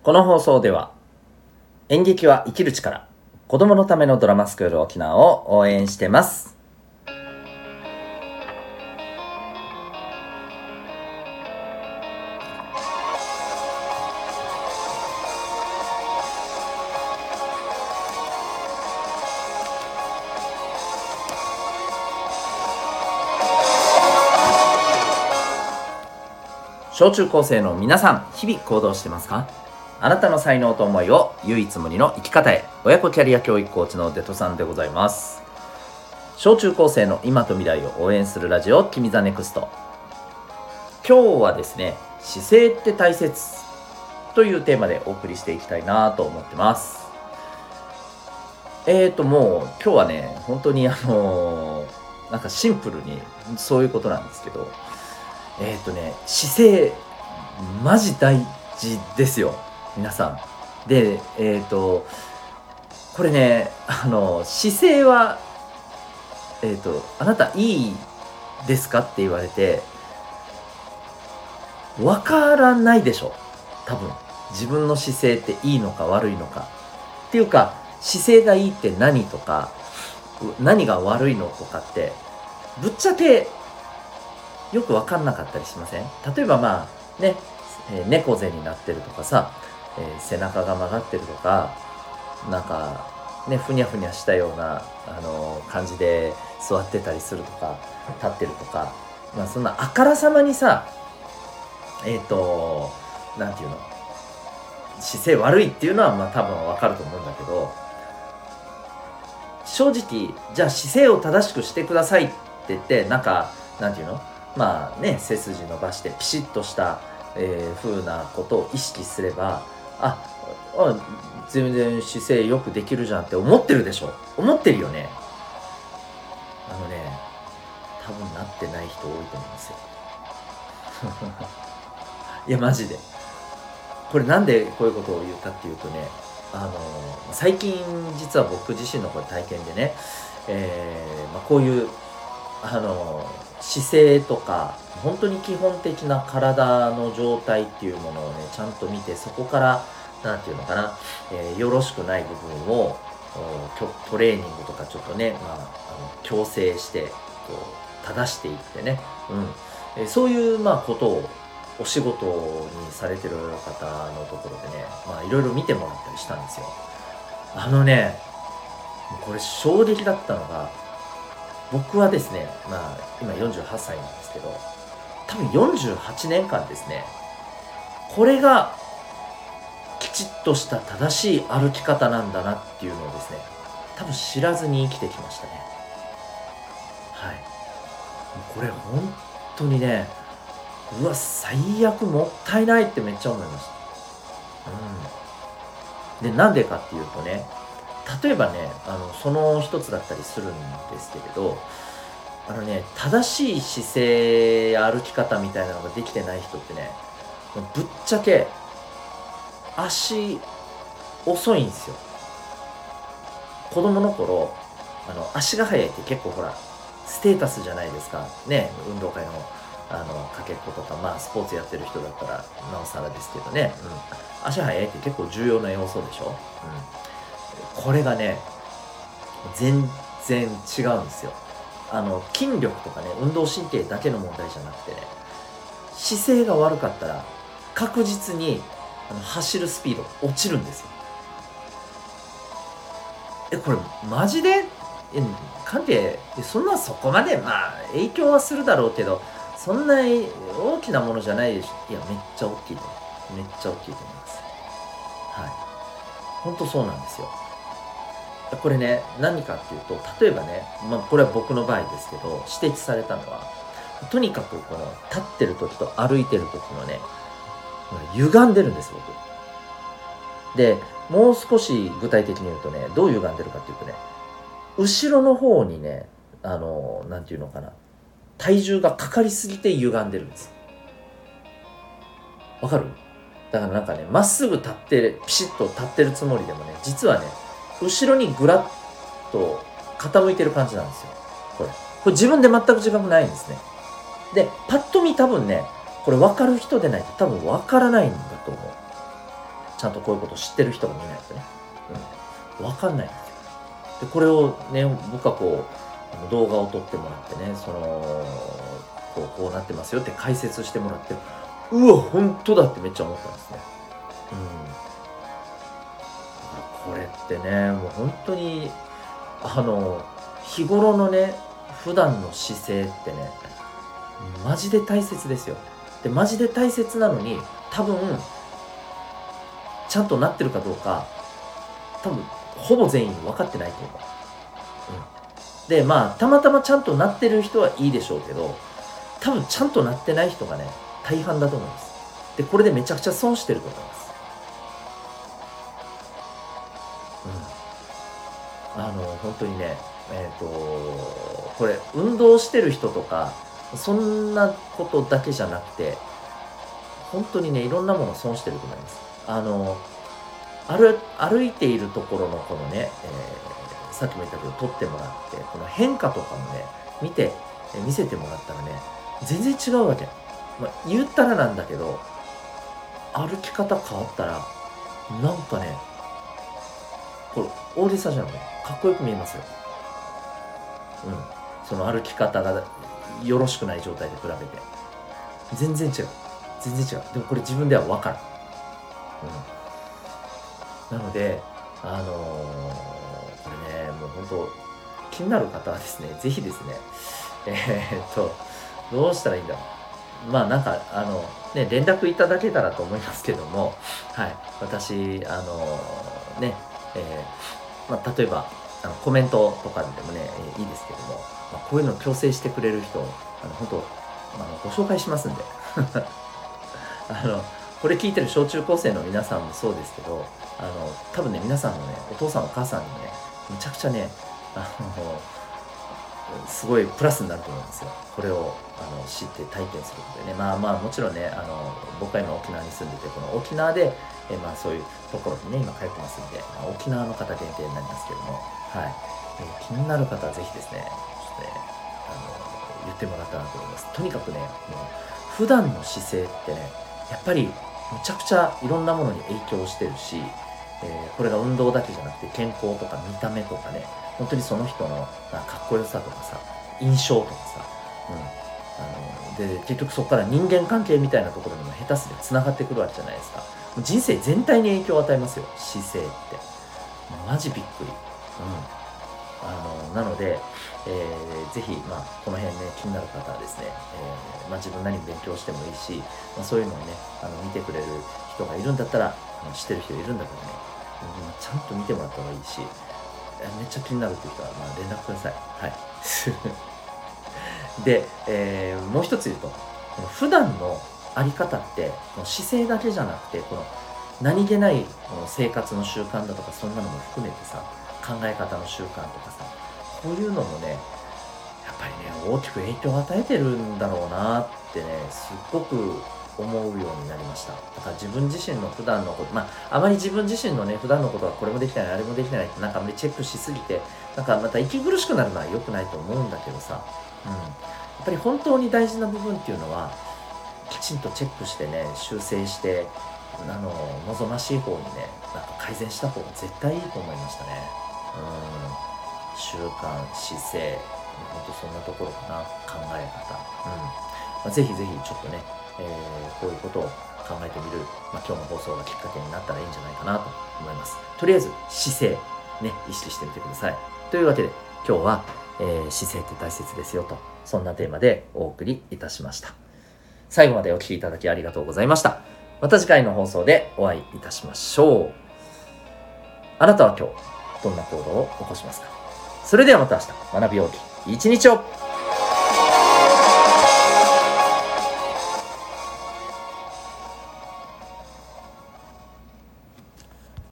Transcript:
この放送では演劇は生きる力、子供のためのドラマスクール沖縄を応援してます。小中高生の皆さん、日々行動してますか？あなたの才能と思いを唯一無二の生き方へ、親子キャリア教育コーチのデトさんでございます。小中高生の今と未来を応援するラジオ、君ザネクスト。今日はですね、姿勢って大切というテーマでお送りしていきたいなと思ってます。もう今日はね、本当になんかシンプルにそういうことなんですけど、姿勢マジ大事ですよ、皆さん。で、これね、姿勢はあなたいいですかって言われて、わからないでしょ、多分。自分の姿勢っていいのか悪いのか。っていうか、姿勢がいいって何とか、何が悪いのとかって、ぶっちゃけよくわかんなかったりしません？例えば猫背になってるとかさ、背中が曲がってるとか、なんかね、ふにゃふにゃしたような感じで座ってたりするとか、立ってるとか、そんなあからさまにさ、なんていうの、姿勢悪いっていうのは多分わかると思うんだけど、正直じゃあ姿勢を正しくしてくださいって言って、なんていうの、背筋伸ばしてピシッとした、風なことを意識すれば、全然姿勢よくできるじゃんって思ってるでしょ。思ってるよね。多分なってない人多いと思うんですよ。いやマジで。これなんでこういうことを言うかっていうとね、最近実は僕自身のこれ体験でね、こういう姿勢とか本当に基本的な体の状態っていうものをねちゃんと見て、そこからなんていうのかな、よろしくない部分をトレーニングとかちょっとね、矯正してこう正していってね、そういうことをお仕事にされてる方のところでね、いろいろ見てもらったりしたんですよ。これ衝撃だったのが、僕はですね、今48歳なんですけど、多分48年間ですね、これがきちっとした正しい歩き方なんだなっていうのをですね、多分知らずに生きてきましたね。はい。これ本当にね、うわ、最悪もったいないってめっちゃ思いました。で、なんでかっていうとね、例えばね、その一つだったりするんですけれど、正しい姿勢や歩き方みたいなのができてない人ってね、ぶっちゃけ足遅いんですよ。子供の頃、足が速いって結構ほら、ステータスじゃないですか。ね、運動会の、かけっことか、スポーツやってる人だったら、なおさらですけどね、足速いって結構重要な要素でしょ。これがね、全然違うんですよ。筋力とかね、運動神経だけの問題じゃなくてね、姿勢が悪かったら、確実に走るスピード落ちるんですよ。これマジで関係そこまで影響はするだろうけど、そんな大きなものじゃないでしょ。いや、めっちゃ大きいと思う。めっちゃ大きいと思います。はい。ほんとそうなんですよ。これね、何かっていうと、例えばね、これは僕の場合ですけど、指摘されたのは、とにかくこの立ってる時と歩いてる時のね、歪んでるんです、僕。で、もう少し具体的に言うとね、どう歪んでるかっていうとね、後ろの方にね、なんていうのかな、体重がかかりすぎて歪んでるんです。わかる？だからまっすぐ立ってる、ピシッと立ってるつもりでもね、実はね、後ろにぐらっと傾いてる感じなんですよ。これ自分で全く自覚ないんですね。で、パッと見多分ね、これ分かる人でないと多分分からないんだと思う。 ちゃんとこういうことを知ってる人が見ないとね、分かんないんですよ。でこれをね、僕はこう動画を撮ってもらってね、こうなってますよって解説してもらって、うわ本当だってめっちゃ思ったんですね。これってね、もう本当に日頃のね、普段の姿勢ってね、マジで大切ですよ。でマジで大切なのに、多分ちゃんとなってるかどうか、多分ほぼ全員分かってないと思う。でたまたまちゃんとなってる人はいいでしょうけど、多分ちゃんとなってない人がね、大半だと思います。でこれでめちゃくちゃ損してると思います。本当にね、これ運動してる人とかそんなことだけじゃなくて、本当にね、いろんなもの損してると思います。歩いているところのこのね、さっきも言ったけど撮ってもらって、この変化とかもね見せてもらったらね、全然違うわけ。言ったらなんだけど、歩き方変わったらなんかね、これ大げさじゃなくてかっこよく見えますよ。その歩き方がよろしくない状態で比べて全然違う。でもこれ自分では分かる。なのでこれね、もう本当気になる方はですね、ぜひですね、どうしたらいいんだろう。なんか連絡いただけたらと思いますけども、はい、私例えばコメントとかでもね、いいですけども、こういうのを強制してくれる人本当ご紹介しますんでこれ聞いてる小中高生の皆さんもそうですけど、多分ね、皆さんのね、お父さんお母さんにね、めちゃくちゃね、すごいプラスになると思うんですよ。これを知って体験することでね、もちろんね、僕は今沖縄に住んでて、この沖縄で、そういうところにね、今通ってますんで、沖縄の方限定になりますけども、はい、気になる方はぜひですね、ちょっとね、言ってもらったらなと思います。とにかくね、もう普段の姿勢ってね、やっぱりむちゃくちゃいろんなものに影響してるし、これが運動だけじゃなくて健康とか見た目とかね、本当にその人のかっこよさとかさ、印象とかさ、で結局そこから人間関係みたいなところにも下手すりゃつながってくるわけじゃないですか。人生全体に影響を与えますよ、姿勢って。マジびっくり。なので、ぜひ、この辺ね、気になる方はですね、自分なりに勉強してもいいし、そういうのをね、見てくれる人がいるんだったら、知ってる人いるんだったらね、ちゃんと見てもらった方がいいし、めっちゃ気になるっていう人は、連絡ください。はい。で、もう一つ言うと、この普段のあり方って、この姿勢だけじゃなくて、この何気ないこの生活の習慣だとか、そんなのも含めてさ、考え方の習慣とかさ、こういうのもね、やっぱりね、大きく影響を与えてるんだろうなってね、すっごく思うようになりました。だから自分自身の普段のこと、あまり自分自身のね、普段のことはこれもできてない、あれもできてないって、なんかあんまりチェックしすぎて、なんかまた息苦しくなるのは良くないと思うんだけどさ、やっぱり本当に大事な部分っていうのは、きちんとチェックしてね、修正して、望ましい方にね、なんか改善した方が絶対いいと思いましたね。習慣、姿勢、ほんとそんなところかな、考え方。ぜひぜひちょっとね、こういうことを考えてみる、今日の放送がきっかけになったらいいんじゃないかなと思います。とりあえず姿勢、ね、意識してみてください。というわけで今日は、姿勢って大切ですよと、そんなテーマでお送りいたしました。最後までお聞きいただきありがとうございました。また次回の放送でお会いいたしましょう。あなたは今日どんな行動を起こしますか？それではまた明日、学び大きい一日を。